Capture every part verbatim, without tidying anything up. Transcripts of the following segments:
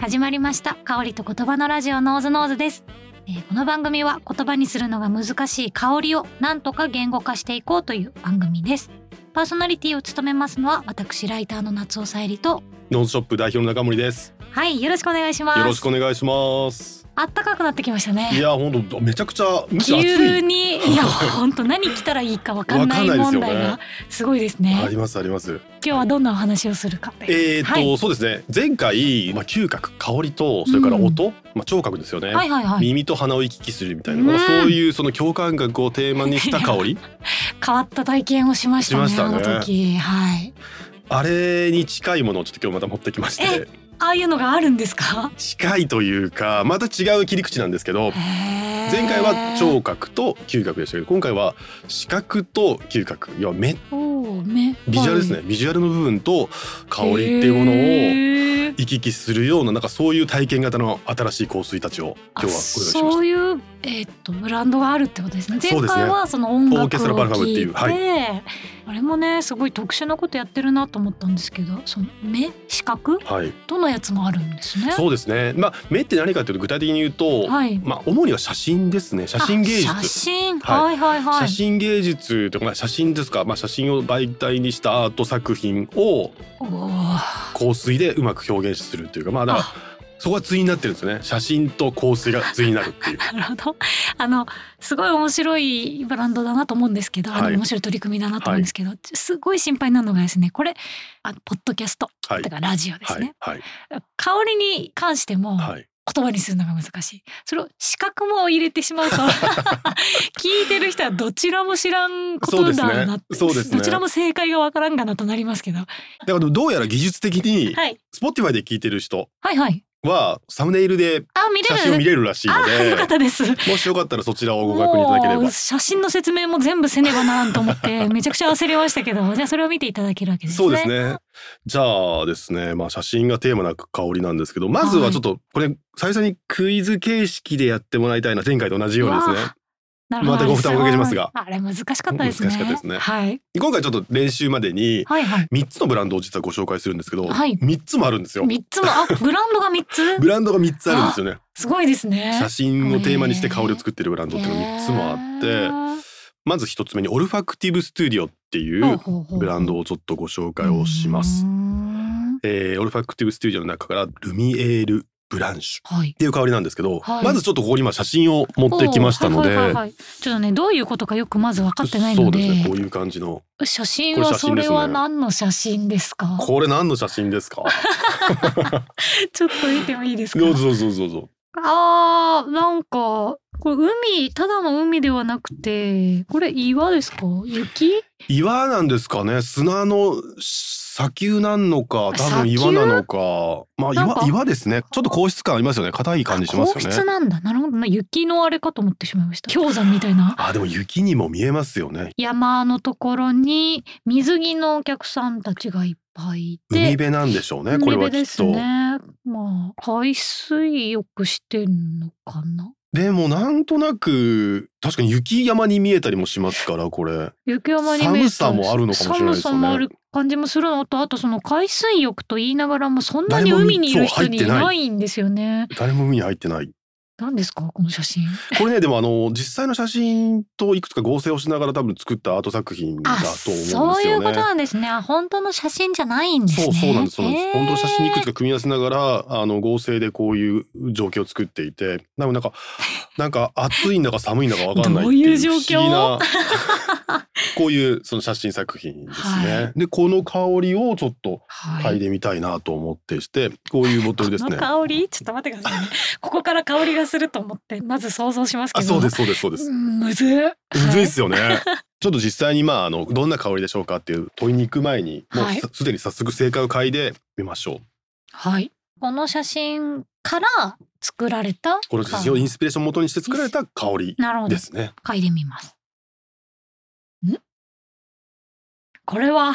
始まりました香りと言葉のラジオノーズノーズです、えー、この番組は言葉にするのが難しい香りをなんとか言語化していこうという番組です。パーソナリティを務めますのは私ライターの夏尾さえりとノーズショップ代表の中森です。 はい、よろしくお願いします。 よろしくお願いします。 あったかくなってきましたね。 いや本当めちゃくちゃむしろ暑い。 急にいや本当何着たらいいか分かんない問題がすごいですね。 ありますあります。 今日はどんなお話をするか。 えーっと、はい、そうですね。前回、まあ、嗅覚、香りとそれから音、うん、まあ、聴覚ですよね、 はいはいはい、 耳と鼻を行き来するみたいな、まあ、そういうその共感覚をテーマにした香り変わった体験をしましたね。しましたね、あの時、はい、 あれに近いものをちょっと今日また持ってきまして。 ああいうのがあるんですか？ 近いというかまた違う切り口なんですけど、前回は聴覚と嗅覚でしたけど、今回は視覚と嗅覚、要は目、 目ビジュアルですね、はい、ビジュアルの部分と香りっていうものを行き来するような、なんかそういう体験型の新しい香水たちを今日はご用意しました。 そういう、えー、っとブランドがあるってことですね。前回はその音楽を聴いて、オーケストラパルファムっていう、はい、あれもねすごい特殊なことやってるなと思ったんですけど、その目、視覚、はい、どのやつもあるんですね。 そうですね、まあ、目って何かというと具体的に言うと、はい、まあ、主には写真ですね。写真芸術、 写真、はい、はいはいはい、 写真芸術というか、まあ、写真ですか、まあ、写真を媒体にしたアート作品を香水でうまく表現するというか、まあだからそこが対になってるんですよね。写真と香水が対になるっていうなるほど。あのすごい面白いブランドだなと思うんですけど、はい、あの面白い取り組みだなと思うんですけど、はい、すごい心配なのがですね、これあのポッドキャスト、はい、とかラジオですね、はいはい、香りに関しても、はい、言葉にするのが難しい。それを視覚も入れてしまうと聞いてる人はどちらも知らんことだなって、そうですね、どちらも正解がわからんかなとなりますけど、だからどうやら技術的に Spotify で聞いてる人、 はいはいはサムネイルで写真を見れるらしいので、 よかったです。 もしよかったらそちらをご確認いただければ。 写真の説明も全部せねばならんと思ってめちゃくちゃ焦りましたけど、じゃあそれを見ていただけるわけですね。 そうですね。じゃあですね、まあ、写真がテーマな香りなんですけど、まずはちょっとこれ最初にクイズ形式でやってもらいたいな。前回と同じようにですね。またご負担おかけしますが、 あれ難しかったですね。 難しかったですね、 はい、 今回ちょっと練習までにみっつのブランドを実はご紹介するんですけど、はい、みっつもあるんですよ。 みっつも、あ、ブランドがみっつブランドがみっつあるんですよね。 すごいですね。 写真をテーマにして香りを作ってるブランドっていうのがみっつもあって、まずひとつめにオルファクティブスタジオっていうブランドをちょっとご紹介をします。えー、オルファクティブスタジオの中からルミエールブランシュっていう香りなんですけど、はい、まずちょっとここに今写真を持ってきましたので、はいはいはい、 ちょっとねどういうことかよくまず分かってないので、 そうですね、こういう感じの写真は、それは何の写真ですか？ これ何の写真ですか？ ちょっと見てもいいですか？ どうぞどうぞどうぞ。 あー、なんかこれ海、ただの海ではなくてこれ岩ですか？雪？ 岩なんですかね。砂の砂丘なんのか、多分岩なのか、まあ岩、岩ですね。ちょっと硬質感ありますよね。硬い感じしますよね。 硬質なんだ。なるほど、雪のあれかと思ってしまいました。氷山みたいな。 あ、でも雪にも見えますよね。 山のところに水着のお客さんたちがいっぱいいて、 海辺なんでしょうね。これはきっと。海辺ですね。 まあ海水浴してんのかな。 でもなんとなく確かに雪山に見えたりもしますから、これ雪山に見えた、 寒さもあるのかもしれないですよね。 寒さもある感じもするのと、あとその海水浴と言いながらもそんなに海にいる人にいないんですよね。 誰も海に入ってない。 何ですかこの写真？ これね、でもあの実際の写真といくつか合成をしながら多分作ったアート作品だと思うんですよね。 そういうことなんですね。本当の写真じゃないんですね。 そうそうなんです。そうなんです。本当の写真にいくつか組み合わせながらあの合成でこういう状況を作っていて、でもなんかなんか暑いんだか寒いんだか分かんないっていう不思議なこういうその写真作品ですね。はい、でこの香りをちょっと嗅いでみたいなと思ってして、はい、こういうボトルですね。 この香りちょっと待ってくださいね。ここから香りがすると思ってまず想像しますけど。 あ、そうですそうですそうです。 むずっむずいっすよね。ちょっと実際にまああのどんな香りでしょうかっていう問いに行く前にもうすでに早速正解を嗅いでみましょう。 はい。この写真から作られた、 この写真をインスピレーション元にして作られた香りですね。 嗅いでみます。ん？これは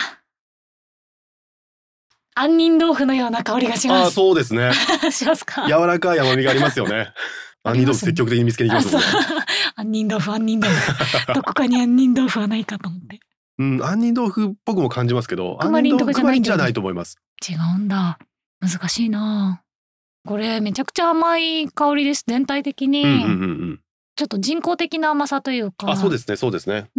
杏仁豆腐のような香りがします。 あ、そうですね。 しますか？ 柔らかい甘みがありますよね。杏仁豆腐積極的に見つけに行きますもんね。 杏仁豆腐、杏仁豆腐。どこかに杏仁豆腐はないかと思って。 うん、杏仁豆腐っぽくも感じますけど、杏仁豆腐じゃないと思います。 違うんだ。難しいな。 これめちゃくちゃ甘い香りです。全体的に、 うんうんうんうん、 ちょっと人工的な甘さというか。 あ、そうですねそうですね、 うん、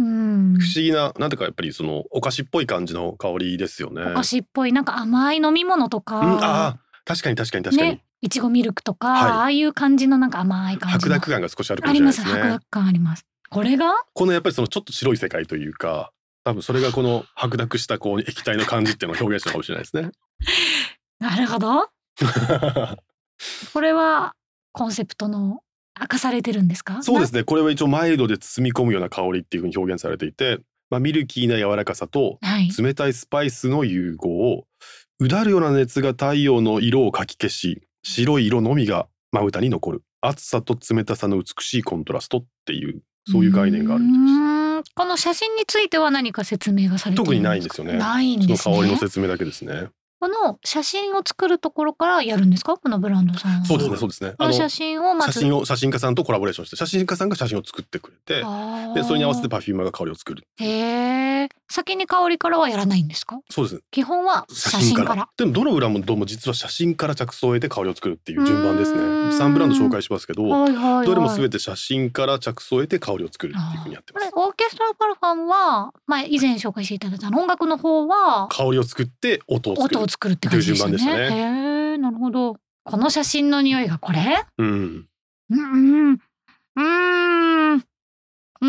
不思議な、なんていうかやっぱりそのお菓子っぽい感じの香りですよね。 お菓子っぽいなんか甘い飲み物とか、 うん、あ、確かに確かに確かに、 ね、いちごミルクとか、 はい、 ああいう感じのなんか甘い感じの白濁感が少しあるかもしれないですね。 あります、白濁感あります。これがこのやっぱりそのちょっと白い世界というか、多分それがこの白濁したこう液体の感じっていうのを表現したかもしれないですね。 なるほどこれはコンセプトの明かされてるんですか？ そうですね、これは一応マイルドで包み込むような香りっていう風に表現されていて、まあ、ミルキーな柔らかさと冷たいスパイスの融合を、はい、うだるような熱が太陽の色をかき消し、白い色のみがまぶたに残る、熱さと冷たさの美しいコントラストっていう、そういう概念があるみたいです。 この写真については何か説明がされているんですか？特にないんですよね。ないんですね。 その香りの説明だけですね。 この写真を作るところからやるんですか？このブランドさん。 そうですねそうですね。 この写真をまず写真を写真家さんとコラボレーションして、写真家さんが写真を作ってくれて、でそれに合わせてパフューマーが香りを作る。 へえ。先に香りからはやらないんですか？そうです。基本は写真から。からでもどのブランドも実は写真から着想を得て香りを作るっていう順番ですね。さんブランド紹介しますけど、はいはいはい、どれもすべて写真から着想を得て香りを作るっていう風にやってます。 オーケストラパルファンは、まあ、以前紹介していただいた音楽の方は香りを作って音を作る音を作るって感じでしたね。 っていう順番でしたね。 へえ、なるほど。この写真の匂いがこれ？ うん。 うんうん。うんうん、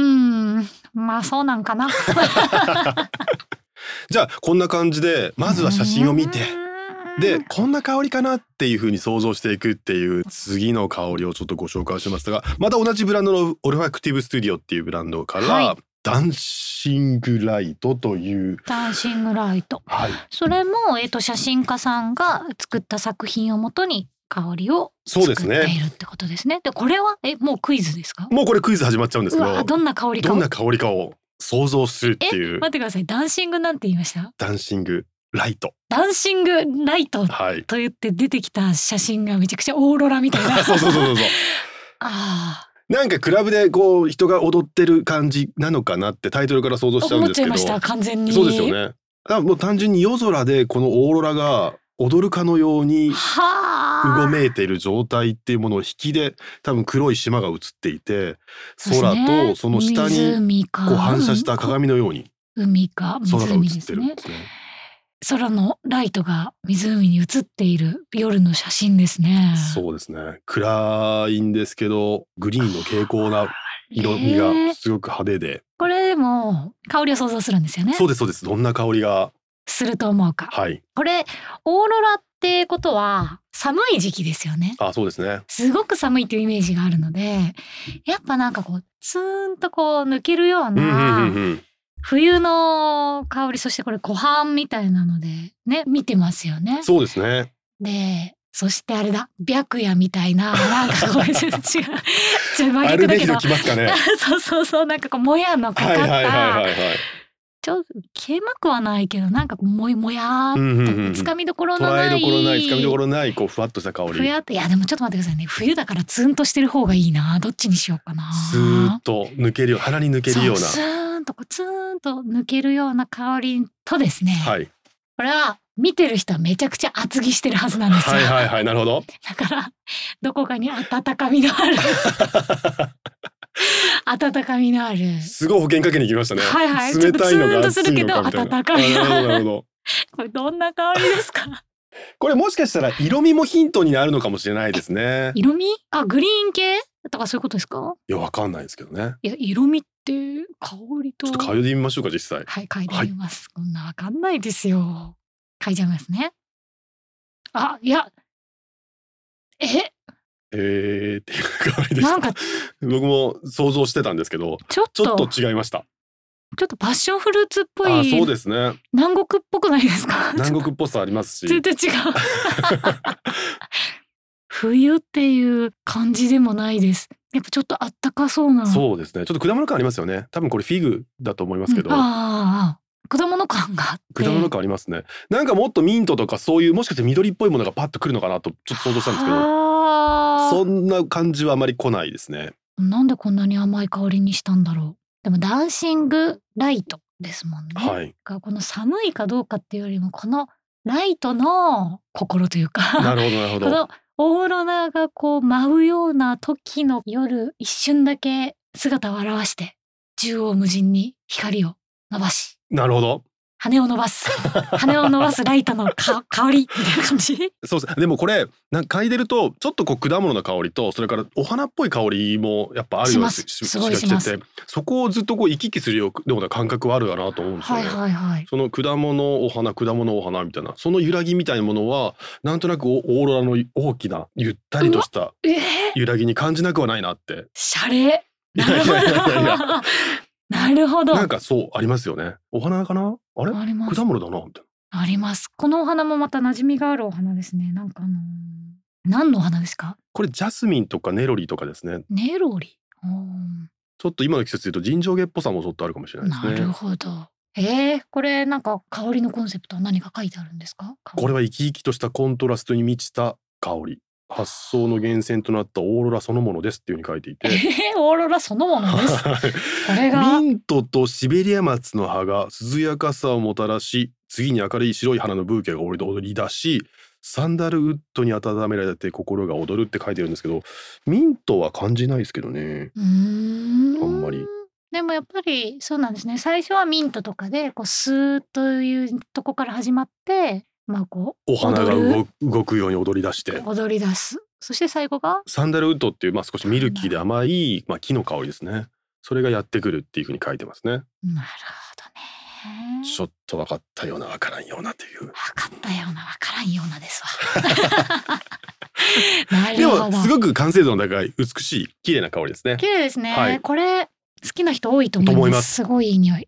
まあそうなんかなじゃあこんな感じでまずは写真を見て、でこんな香りかなっていう風に想像していくっていう次の香りをちょっとご紹介しますが、また同じブランドのオルファクティブスタジオっていうブランドから、はい、ダンシングライトというダンシングライト、 はい、 それも、えーと、写真家さんが作った作品をもとに香りを作っているってことですね。で、これはえもうクイズですか？ もうこれクイズ始まっちゃうんですけど、 どんな香りかどんな香りかを想像するっていう。 え、待ってください。ダンシングなんて言いました？ ダンシングライト。 ダンシングライトと言って出てきた写真がめちゃくちゃオーロラみたいな。 そうそうそうそうそう。 ああ。 なんかクラブでこう人が踊ってる感じなのかなってタイトルから想像しちゃうんですけど。 思っちゃいました完全に。 そうですよね。もう単純に夜空でこのオーロラが踊るかのようにうごめいている状態っていうものを引きで多分黒い島が映っていて、空とその下にこう反射した鏡のように海か空が映ってるんですね。 空のライトが湖に映っている夜の写真ですね。 そうですね。暗いんですけどグリーンの蛍光な色味がすごく派手で、 これでも香りを想像するんですよね。 そうですそうです。どんな香りがすると思うか。 はい。 これオーロラってことは寒い時期ですよね。 あ、そうですね。 すごく寒いというイメージがあるので、やっぱなんかこうツーンとこう抜けるような冬の香り、そしてこれ湖畔みたいなのでね見てますよね。 そうですね。 で、そしてあれだ、白夜みたいな、なんかこう違うちょっと真逆だけど、 きますかね。 そうそうそう、なんかこうもやのかかった、 はいはいはいはいはい、 ちょっと消えまくはないけど、なんかこうもやもやっとつかみどころのない、 捉えどころないつかみどころないこうふわっとした香り。 ふやっと、いやでもちょっと待ってくださいね。冬だからツンとしてる方がいいな。どっちにしようかな。 スーッと抜けるよ、鼻に抜けるような。 スーンとこうツーンと抜けるような香りとですね。 はい。 これは見てる人はめちゃくちゃ厚着してるはずなんですよ。 はいはいはい、なるほど。 だからどこかに温かみのある温かみのある。 すごい保険かけに行きましたね。 はいはい。 冷たいのが熱いのかみたいな。温かみのある。 なるほど。 これどんな香りですか？ これもしかしたら色味もヒントになるのかもしれないですね。 色味？あ、グリーン系とかそういうことですか？ いや、わかんないですけどね。 いや、色味って香りと。 ちょっと嗅いでみましょうか実際。 はい、嗅いでみます。はい、こんなわかんないですよ。嗅いじゃいますね。あ、いや。え？ えーっていう香りでした。 なんか僕も想像してたんですけど、ちょっと、ちょっと違いました。 ちょっとパッションフルーツっぽい。 あ、そうですね。 南国っぽくないですか？ 南国っぽさありますし。 全然違う。冬っていう感じでもないです。やっぱちょっとあったかそうな。 そうですね。ちょっと果物感ありますよね。多分これフィグだと思いますけど。 うん、ああ、果物感があって。 果物感ありますね。なんかもっとミントとかそういうもしかして緑っぽいものがパッとくるのかなとちょっと想像したんですけど、そんな感じはあまり来ないですね。 なんでこんなに甘い香りにしたんだろう。でもダンシングライトですもんね。 はい。 この寒いかどうかっていうよりもこのライトの心というか。 なるほどなるほど。 このオーロラがこう舞うような時の夜、一瞬だけ姿を現して縦横無尽に光を伸ばし、 なるほど、 羽を伸ばす羽を伸ばすライトのか香りみたいな感じ。 そうです。でもこれなんか嗅いでるとちょっとこう果物の香りとそれからお花っぽい香りもやっぱあるようなしますすごいします。 そこをずっとこう行き来するような感覚はあるかなと思うんですよね。 はいはいはい。 その果物お花果物お花みたいなその揺らぎみたいなものはなんとなくオーロラの大きなゆったりとした揺らぎに感じなくはないなって。 シャレ。なるほど。なるほど。 なんかそうありますよね。お花かな、あれ、あ果物だなみたいな。あります。このお花もまた馴染みがあるお花ですね。なんかあのー、何のお花ですか？これジャスミンとかネロリとかですね。 ネロリ。 ちょっと今の季節で言うとジンジョウゲっぽさもちょっとあるかもしれないですね。 なるほど。えー、これなんか香りのコンセプトは何か書いてあるんですか？ これは生き生きとしたコントラストに満ちた香り、発想の源泉となったオーロラそのものですっていう風に書いていて、 えー、オーロラそのものです。これがミントとシベリアマツの葉が涼やかさをもたらし、次に明るい白い花のブーケが踊り出し、サンダルウッドに温められて心が躍るって書いてるんですけど、ミントは感じないですけどね。 うーんあんまり。 でもやっぱりそうなんですね。最初はミントとかでこうスーッというとこから始まって、まあこうお花が動く、動くように踊り出して踊り出す。そして最後がサンダルウッドっていう、まあ、少しミルキーで甘い、まあ、木の香りですね。それがやってくるっていう風に書いてますね。 なるほどね。 ちょっと分かったような分からんようなという。 分かったような分からんようなですわ。なでるほど。 もすごく完成度の高い美しい綺麗な香りですね。 綺麗ですね、 はい、 これ好きな人多いと思います。と思います。すごいいい匂い。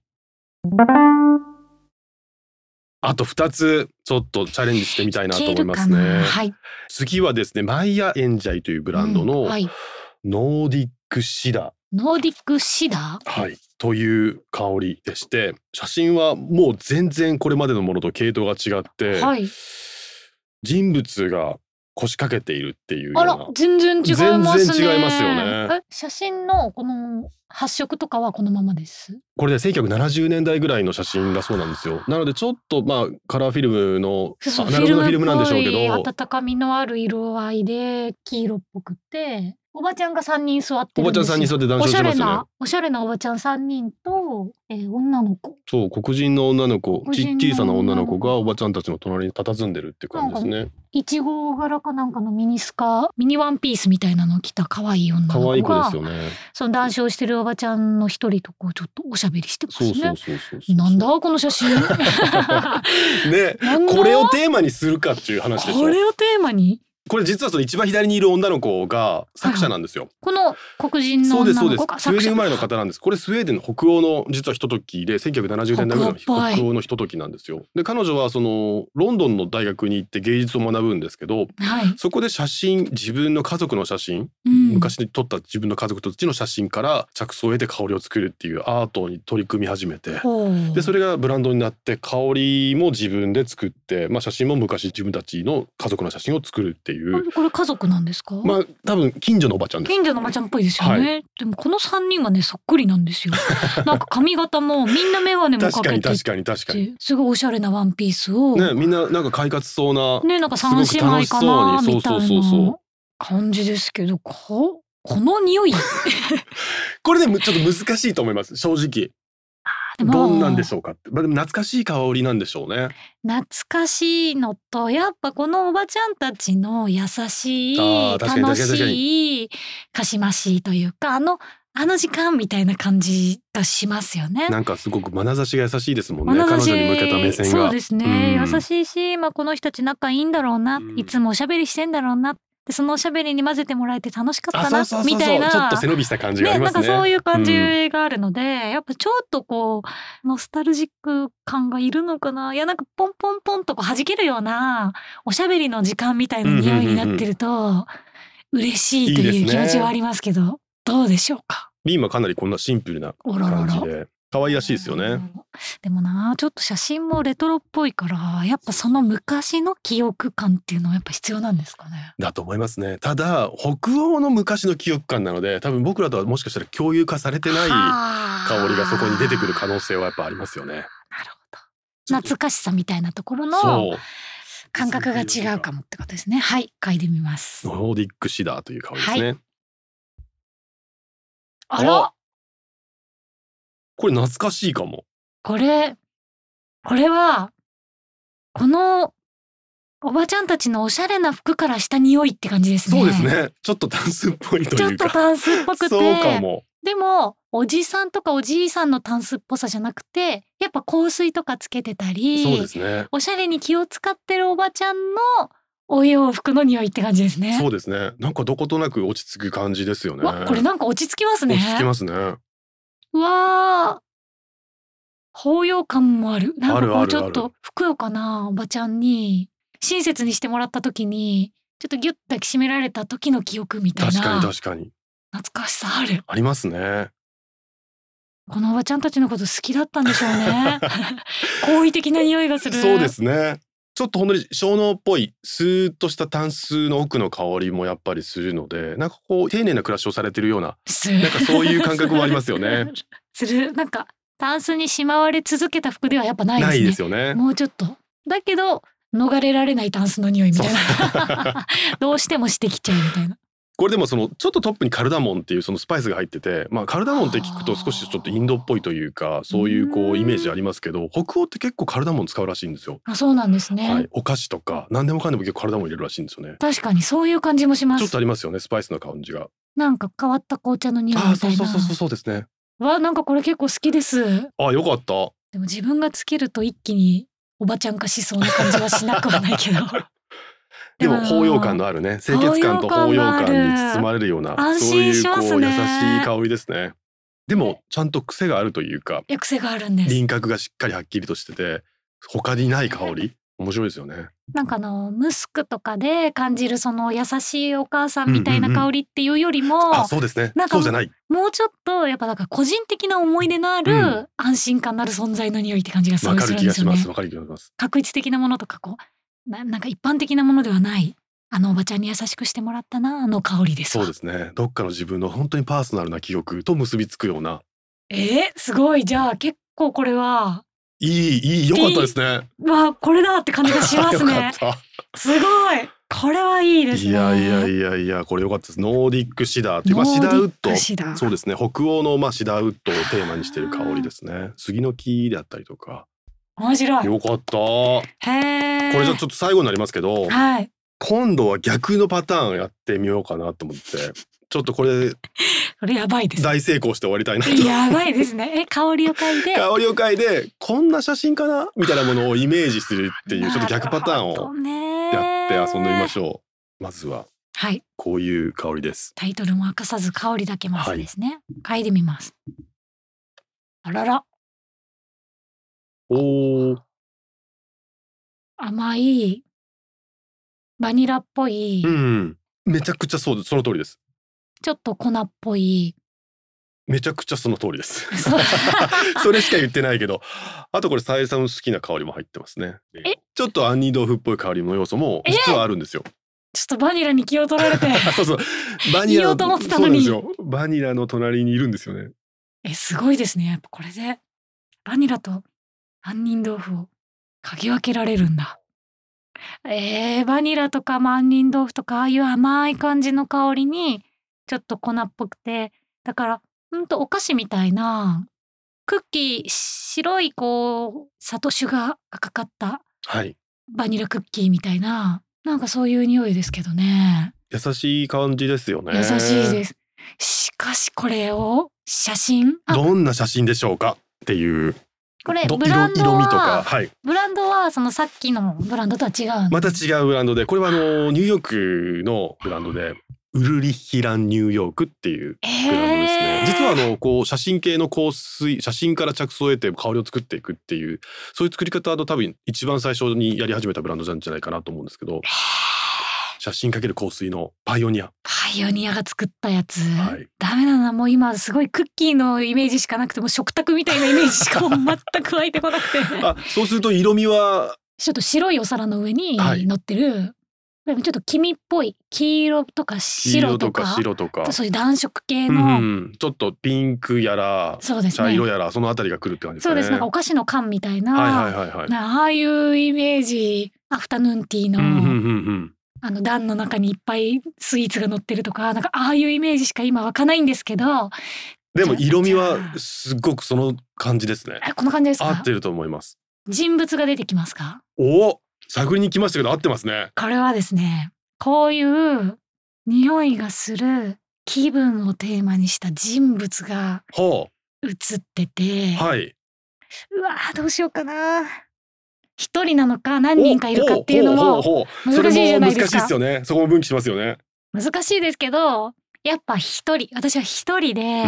あとふたつちょっとチャレンジしてみたいなと思いますね。 はい、 次はですね、マイヤエンジャイというブランドのノーディックシダ、 うんはい、ノーディックシダ、 はい、という香りでして、写真はもう全然これまでのものと系統が違って、はい、人物が腰掛けているっていうような。あら、 全然違いますね。 全然違いますよね。 え、写真のこの発色とかはこのままです。 これでせんきゅうひゃくななじゅうねんだいぐらいの写真だそうなんですよ。なのでちょっとまあカラーフィルムのアナログのフィルムなんでしょうけど、 温かみのある色合いで黄色っぽくて、おばちゃんがさんにん座ってるんですよ。 おばちゃんさんにん座って談笑してますね。 おしゃれなおばちゃんさんにんと、えー、女の子。 そう、黒人の女の子、ち小さな女の子がおばちゃんたちの隣に佇んでるっていう感じですね。 いちご柄かなんかのミニスカ、ミニワンピースみたいなのを着た可愛い女の子が、 可愛い子ですよね。 その談笑してるおばちゃんの一人とこうちょっとおしゃべりしてますね。 そうそうそうそう。 なんだこの写真。ね、 これをテーマにするかっていう話でしょ。 これをテーマに。 これ実はその一番左にいる女の子が作者なんですよ。 はいはい、この黒人の女の子が作者。 スウェーデン生まれの方なんです。これスウェーデンの北欧の実はひとときでせんきゅうひゃくななじゅうねんだいぐらいの北欧のひとときなんですよ。で彼女はそのロンドンの大学に行って芸術を学ぶんですけど、はい、そこで写真、自分の家族の写真、うん、昔に撮った自分の家族たちの写真から着想を得て香りを作るっていうアートに取り組み始めて、でそれがブランドになって香りも自分で作って、まあ、写真も昔自分たちの家族の写真を作るっていう。 これ家族なんですか？ まあ多分近所のおばちゃんです。 近所のおばちゃんっぽいですよね。はい、でもこのさんにんがねそっくりなんですよ。なんか髪型もみんな眼鏡もかけて、確かに確かに確かに、すごいおしゃれなワンピースをね、みんななんか快活そうな、 ね、なんか三姉妹かなみたいな感じですけど、ここの匂いこれねちょっと難しいと思います正直。どんなんでしょうかって、まあ、でも懐かしい香りなんでしょうね。 懐かしいのとやっぱこのおばちゃんたちの優しい楽しいかしましいというか、あのあの時間みたいな感じがしますよね。 なんかすごく眼差しが優しいですもんね。彼女に向けた目線が。 そうですね、うん、優しいし、まあ、この人たち仲いいんだろうな、うん、いつもおしゃべりしてんだろうな、でそのおしゃべりに混ぜてもらえて楽しかったなみたいな、 ちょっと背伸びした感じがありますね。 ね、なんかそういう感じがあるので、うん、やっぱちょっとこうノスタルジック感がいるのかな。いやなんかポンポンポンとこう弾けるようなおしゃべりの時間みたいな匂いになってると嬉しいという気持ちはありますけど、いいですね。どうでしょうか。 リンはかなりこんなシンプルな感じで可愛らしいですよね。 でもなちょっと写真もレトロっぽいからやっぱその昔の記憶感っていうのはやっぱ必要なんですかね。 だと思いますね。ただ北欧の昔の記憶感なので多分僕らとはもしかしたら共有化されてない香りがそこに出てくる可能性はやっぱありますよね。なるほど。懐かしさみたいなところの感覚が違うかもってことですね。はい、嗅いでみます。 ノーディックシダーという香りですね。はい、 あら、 これ懐かしいかも。 これこれはこのおばちゃんたちのおしゃれな服からした匂いって感じですね。 そうですね。ちょっとタンスっぽいというか。 ちょっとタンスっぽくて。 そうかも。 でもおじさんとかおじいさんのタンスっぽさじゃなくて、やっぱ香水とかつけてたり、 そうですね。 おしゃれに気を使ってるおばちゃんのお洋服の匂いって感じですね。 そうですね。なんかどことなく落ち着く感じですよね。 わ、これなんか落ち着きますね。 落ち着きますね。 うわー。包容感もある。なんかこうちょっとふくよかなおばちゃんに親切にしてもらった時にちょっとギュッと抱きしめられた時の記憶みたいな。 確かに確かに。 懐かしさある。 ありますね。 このおばちゃんたちのこと好きだったんでしょうね。好意的な匂いがする。 そうですね。ちょっとほんとに小脳っぽいスーッとしたタンスの奥の香りもやっぱりするので、なんかこう丁寧な暮らしをされてるような、なんかそういう感覚もありますよね。 する。なんかタンスにしまわれ続けた服ではやっぱないですね。 ないですよね。 もうちょっとだけど逃れられないタンスの匂いみたいな。どうしてもしてきちゃうみたいな。これでもそのちょっとトップにカルダモンっていうそのスパイスが入ってて、まあカルダモンって聞くと少しちょっとインドっぽいというか、そういうこうイメージありますけど、北欧って結構カルダモン使うらしいんですよ。 あ、そうなんですね。 はい、お菓子とか何でもかんでも結構カルダモン入れるらしいんですよね。 確かにそういう感じもします。 ちょっとありますよね、スパイスの感じが。 なんか変わった紅茶の匂いみたいな。 あ、そうそうそうそうですね。 わ、なんかこれ結構好きです。 あ、よかった。 でも自分がつけると一気におばちゃん化しそうな感じはしなくはないけど。 でも包容感のあるね、清潔感と包容感に包まれるような、そういうこう優しい香りですね。でもちゃんと癖があるというか、 癖があるんです。 輪郭がしっかりはっきりとしてて、他にない香り、面白いですよね。 なんかあのムスクとかで感じるその優しいお母さんみたいな香りっていうよりも、うんうんうん、 あ、そうですね。そうじゃない。 もうちょっとやっぱなんか個人的な思い出のある、うん、安心感のある存在の匂いって感じがすごいするんですよね。 わかる気がします。わかる気がします。 確一的なものとかこう な, なんか一般的なものではない。あのおばちゃんに優しくしてもらったなあの香りです。 そうですね。どっかの自分の本当にパーソナルな記憶と結びつくような。 えー、すごい。じゃあ結構これはいいいい良かったですね。 わ、これだって感じがしますね。すごい。これはいいですね。 いやいやいやいや、これ良かったです。ノーディックシダーという、まあ、シダーウッド、そうですね。北欧のまあシダーウッドをテーマにしている香りですね。杉の木であったりとか。 面白い。 よかった。 へえ。 これじゃちょっと最後になりますけど、 はい、 今度は逆のパターンやってみようかなと思って。ちょっとこれこれやばいです。 大成功して終わりたいなと。 やばいですね。え、香りを嗅いで香りを嗅いでこんな写真かなみたいなものをイメージするっていうちょっと逆パターンをやって遊んでみましょう。まずははいこういう香りです。 タイトルも明かさず香りだけまずですね、はい、嗅いでみます。あらら、 おー、 甘いバニラっぽい、 うん、めちゃくちゃそうです。その通りです。ちょっと粉っぽい。 めちゃくちゃその通りです。それしか言ってないけど、あとこれさゆりさんの好きな香りも入ってますね。 え、 ちょっと杏仁豆腐っぽい香りの要素も実はあるんですよ。 ちょっとバニラに気を取られてそうそう、バニラの言おうと思ってたのに、 そうなんですよ。バニラの隣にいるんですよね。 え、すごいですね。やっぱこれでバニラと杏仁豆腐を嗅ぎ分けられるんだ。えー、バニラとか杏仁豆腐とかああいう甘い感じの香りにちょっと粉っぽくて、だからほんとお菓子みたいなクッキー、白いこう砂糖シュガーがかかったバニラクッキーみたいな、なんかそういう匂いですけどね。 優しい感じですよね。 優しいです。しかしこれを写真、 どんな写真でしょうかっていう。 これブランドは色味とか、はい、 ブランドはそのさっきのブランドとは違う。 また違うブランドで、これはあのニューヨークのブランドでウルリッヒランニューヨークっていうブランドですね。実はあのこう写真系の香水、写真から着想を得て香りを作っていくっていう、そういう作り方の多分一番最初にやり始めたブランドなんじゃないかなと思うんですけど、写真かける香水のパイオニア。 パイオニアが作ったやつ、はい、ダメだな、もう今すごいクッキーのイメージしかなくても食卓みたいなイメージしかも全く湧いてこなくてあ、そうすると色味はちょっと白いお皿の上に乗ってる、はい、でもちょっと黄身っぽい黄色とか白とか白とかそういう暖色系の、 うん、ちょっとピンクやら、そうですね、茶色やらそのあたりが来るって感じですね。 そうです、なんかお菓子の缶みたいな、 はいはいはいはい、 ああいうイメージアフタヌーンティーの、 うんうんうんうん、 あの段の中にいっぱいスイーツが乗ってるとか、なんかああいうイメージしか今湧かないんですけど。 でも色味はすごくその感じですね。 この感じですか？ 合ってると思います。 人物が出てきますか？ お、探りに来ましたけど合ってますね。 これはですね、こういう匂いがする気分をテーマにした人物が映ってて、 はい、 うわどうしようかな。一人なのか何人かいるかっていうのも難しいじゃないですか。 それも難しいですよね。そこも分岐しますよね。 難しいですけど、やっぱ一人、私は一人で、うん、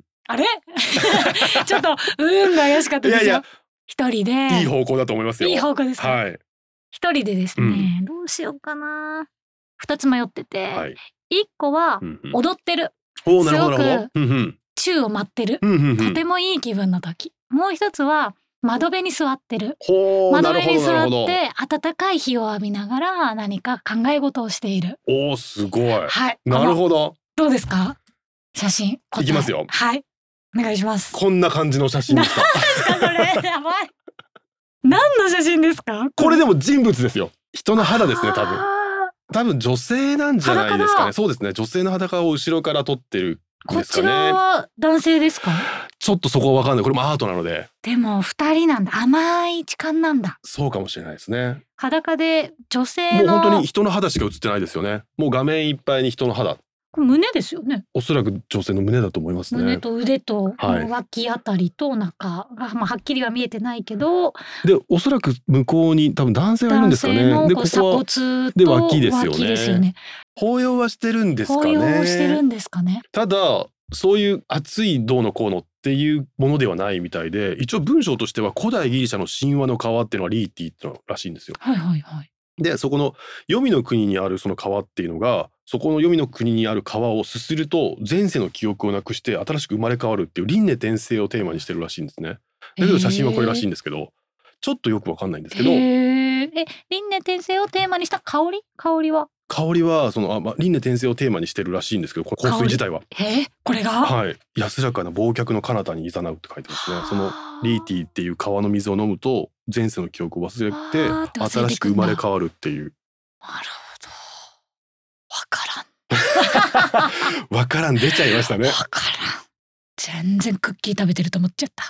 あれちょっと運が怪しかったですよ。いやいや、一人でいい方向だと思いますよ。 いい方向ですか？はい。一人でですね、うん、どうしようかな。二つ迷ってて、はい、一個は踊ってる、うんうん、すごく宙を舞ってる、うんうんうん、とてもいい気分の時。もう一つは窓辺に座ってる。窓辺に座って暖かい日を浴びながら何か考え事をしている。 おー、すごい。 はい。 なるほど。 どうですか？写真。 いきますよ。 はい。お願いします。 こんな感じの写真でした。 何ですかそれ？やばい。何の写真ですか？ これでも人物ですよ。人の肌ですね、多分。多分女性なんじゃないですかね。そうですね。女性の裸を後ろから撮ってる。 こっち側は男性ですか？ ちょっとそこは分かんない。これもアートなので。 でも二人なんだ。甘い時間なんだ。 そうかもしれないですね。 裸で女性の。 もう本当に人の肌しか映ってないですよね。もう画面いっぱいに人の肌。 これ胸ですよね。 おそらく女性の胸だと思いますね。 胸と腕と脇あたりと中が、まあ、はっきりは見えてないけど。 で、おそらく向こうに多分男性がいるんですかね。 男性の鎖骨とで脇ですよね。 脇ですよね。 抱擁はしてるんですかね。 抱擁してるんですかね。 ただそういう熱いどうのこうのっていうものではないみたいで、一応文章としては古代ギリシャの神話の川っていうのはリーティってのらしいんですよ。 はいはいはい。 でそこの黄泉の国にあるその川っていうのが、そこの黄泉の国にある川をすすると前世の記憶をなくして新しく生まれ変わるっていう輪廻転生をテーマにしてるらしいんですね。だけど写真はこれらしいんですけど、ちょっとよくわかんないんですけど。 え輪廻転生をテーマにした香り香りは香りはそのあ、まあ、輪廻転生をテーマにしてるらしいんですけど、この香水自体は。 えー、これがはい、安らかな忘却の彼方に誘うって書いてますね。そのリーティっていう川の水を飲むと前世の記憶を忘れて新しく生まれ変わるっていう。 なるほど。わからん。 わからん出ちゃいましたね。 わからん。全然クッキー食べてると思っちゃった。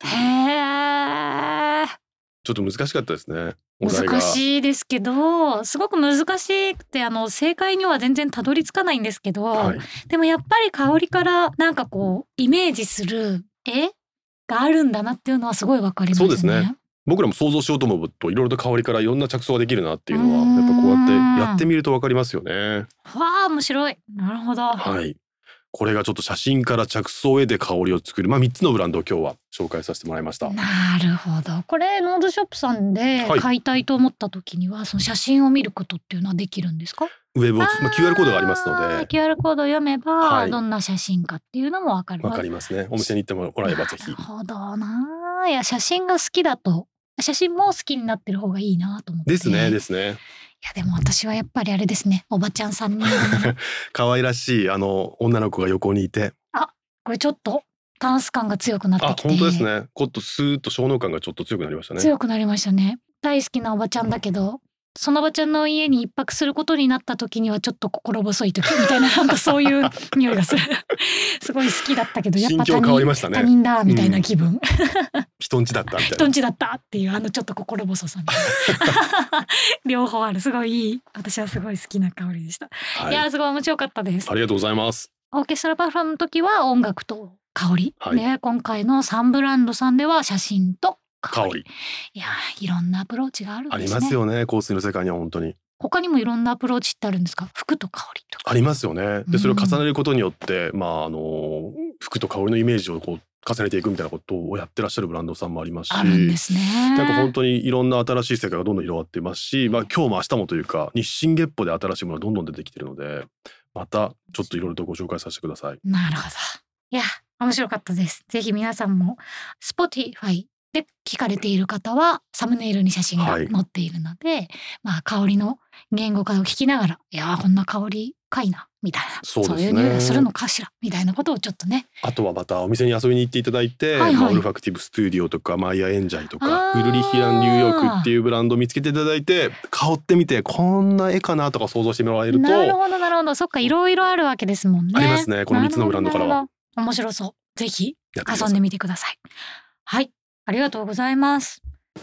へー。 ちょっと難しかったですね。 難しいですけど、すごく難しくて、あの正解には全然たどり着かないんですけど、はい、でもやっぱり香りからなんかこうイメージする絵があるんだなっていうのはすごいわかりますね。 そうですね。僕らも想像しようと思うといろいろと香りからいろんな着想ができるなっていうのはやっぱこうやってやってみるとわかりますよね。わあ面白い。なるほど。 はい。これがちょっと写真から着想へで香りを作る、まあ、みっつのブランドを今日は紹介させてもらいました。 なるほど。これノードショップさんで買いたいと思った時には、はい、その写真を見ることっていうのはできるんですか？ ウェブを、まあ、キューアール コードがありますのでキューアール コードを読めば、はい、どんな写真かっていうのも分かります。 分かりますね。お店に行ってもらえばぜひ。 なるほどな。いや写真が好きだと写真も好きになってる方がいいなと思って。 ですねですね。 いやでも私はやっぱりあれですね、おばちゃんさんに可愛らしいあの女の子が横にいて、 あこれちょっとタンス感が強くなってきて、 あ本当ですね。ちょっとスーッと衝動感がちょっと強くなりましたね。 強くなりましたね。大好きなおばちゃんだけど、そのおばちゃんの家に一泊することになった時にはちょっと心細い時みたいな、なんかそういう匂いがするすごい好きだったけどやっぱ他人、 心境変わりましたね。 他人だみたいな気分、うん、 人んちだったみたいな、 人んちだったっていうあのちょっと心細さみたいな両方ある。すごいいい、私はすごい好きな香りでした、はい、いやすごい面白かったです。 ありがとうございます。 オーケストラパフュームの時は音楽と香り、はい、ね、今回のサンブランドさんでは写真と香り。香りいやいろんなアプローチがあるんですね。 ありますよね、香水の世界には。本当に他にもいろんなアプローチってあるんですか？服と香りとか。 ありますよね。でそれを重ねることによって、うん、まああの服と香りのイメージをこう重ねていくみたいなことをやってらっしゃるブランドさんもありますし、 あるんですね。 なんか本当にいろんな新しい世界がどんどん広がっていますし、まあ、今日も明日もというか日進月歩で新しいものがどんどん出てきているので、またちょっといろいろとご紹介させてください。 なるほど。いや面白かったです。ぜひ皆さんも Spotify で聞かれている方はサムネイルに写真が載っているので、はい、まあ香りの言語化を聞きながら、いやこんな香りかいなみたいな、 そうですね、 そういう匂いがするのかしらみたいなことをちょっとね。 あとはまたお店に遊びに行っていただいて、 はいはい、 まあ、オルファクティブスタジオとかマイヤエンジャイとかウルリヒアンニューヨークっていうブランドを見つけていただいて香ってみてこんな絵かなとか想像してもらえると。 なるほどなるほど、そっか、いろいろあるわけですもんね。 ありますね、このみっつのブランドからは。 面白そう、ぜひ遊んでみてください。はい、ありがとうございます。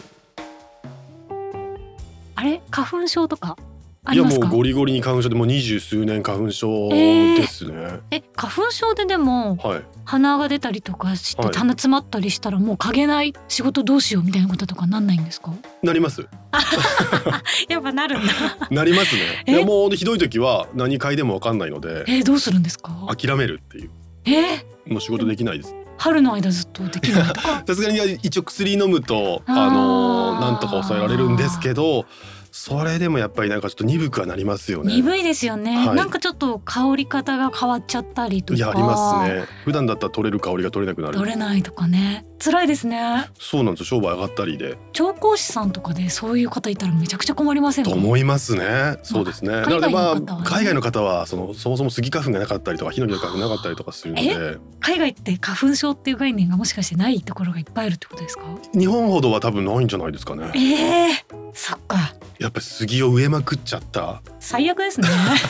あれ、花粉症とかありますか？ いやもうゴリゴリに花粉症でもう二十数年花粉症ですね。えー、 え花粉症ででも、はい、鼻が出たりとかして、はい、鼻詰まったりしたらもう嗅げない仕事どうしようみたいなこととかなんないんですか？ なりますやっぱなるんだなりますね。いやもうひどい時は何嗅いでも分かんないので、 えー、どうするんですか？ 諦めるっていう。 えー、もう仕事できないです。 春の間ずっとできないとかさすがに一応薬飲むとあのなんとか抑えられるんですけど、それでもやっぱりなんかちょっと鈍くはなりますよね。 鈍いですよね、はい、なんかちょっと香り方が変わっちゃったりとか。 いやありますね。普段だったら取れる香りが取れなくなる。 取れないとかね、辛いですね。 そうなんですよ、商売上がったりで。 調香師さんとかでそういう方いたらめちゃくちゃ困りませんか？ と思いますね。そうですね、まあ、なのでまあ海外の方はそのそもそもスギ花粉がなかったりとかヒノキの花粉がなかったりとかするので。 海外って花粉症っていう概念がもしかしてないところがいっぱいあるってことですか？ 日本ほどは多分ないんじゃないですかね。 えー、そっか。 やっぱり杉を植えまくっちゃった最悪ですね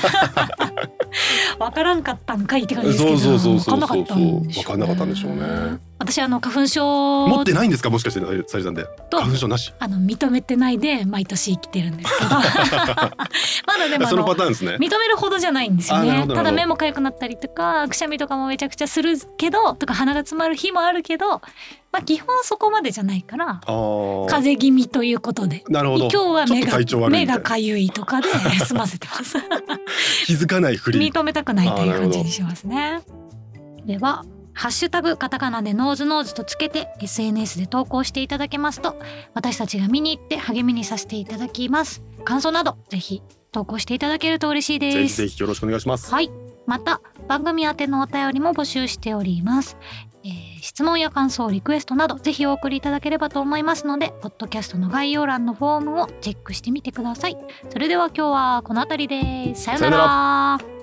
わからんかったんかいって感じですけど、 そうそうそうそう分かんなかったんでしょうね。 分かんなかったんでしょうね。 私あの花粉症持ってないんですか、もしかしてさりさんで花粉症なし。 あの認めてないで毎年生きてるんですけどまだでもそのパターンですね。 認めるほどじゃないんですよね。ただ目も痒くなったりとかくしゃみとかもめちゃくちゃするけどとか鼻が詰まる日もあるけど、まあ、基本そこまでじゃないから風邪気味ということで。 なるほど。 今日は目が目がかゆいとかで済ませてます気づかないふり、 認めたくないという感じにしますね。ではハッシュタグカタカナでノーズノーズとつけて エスエヌエス で投稿していただけますと私たちが見に行って励みにさせていただきます。感想などぜひ投稿していただけると嬉しいです。 ぜひぜひよろしくお願いします。 はい、また番組宛てのお便りも募集しております。えー、質問や感想リクエストなどぜひお送りいただければと思いますのでポッドキャストの概要欄のフォームをチェックしてみてください。それでは今日はこの辺りです。さよなら。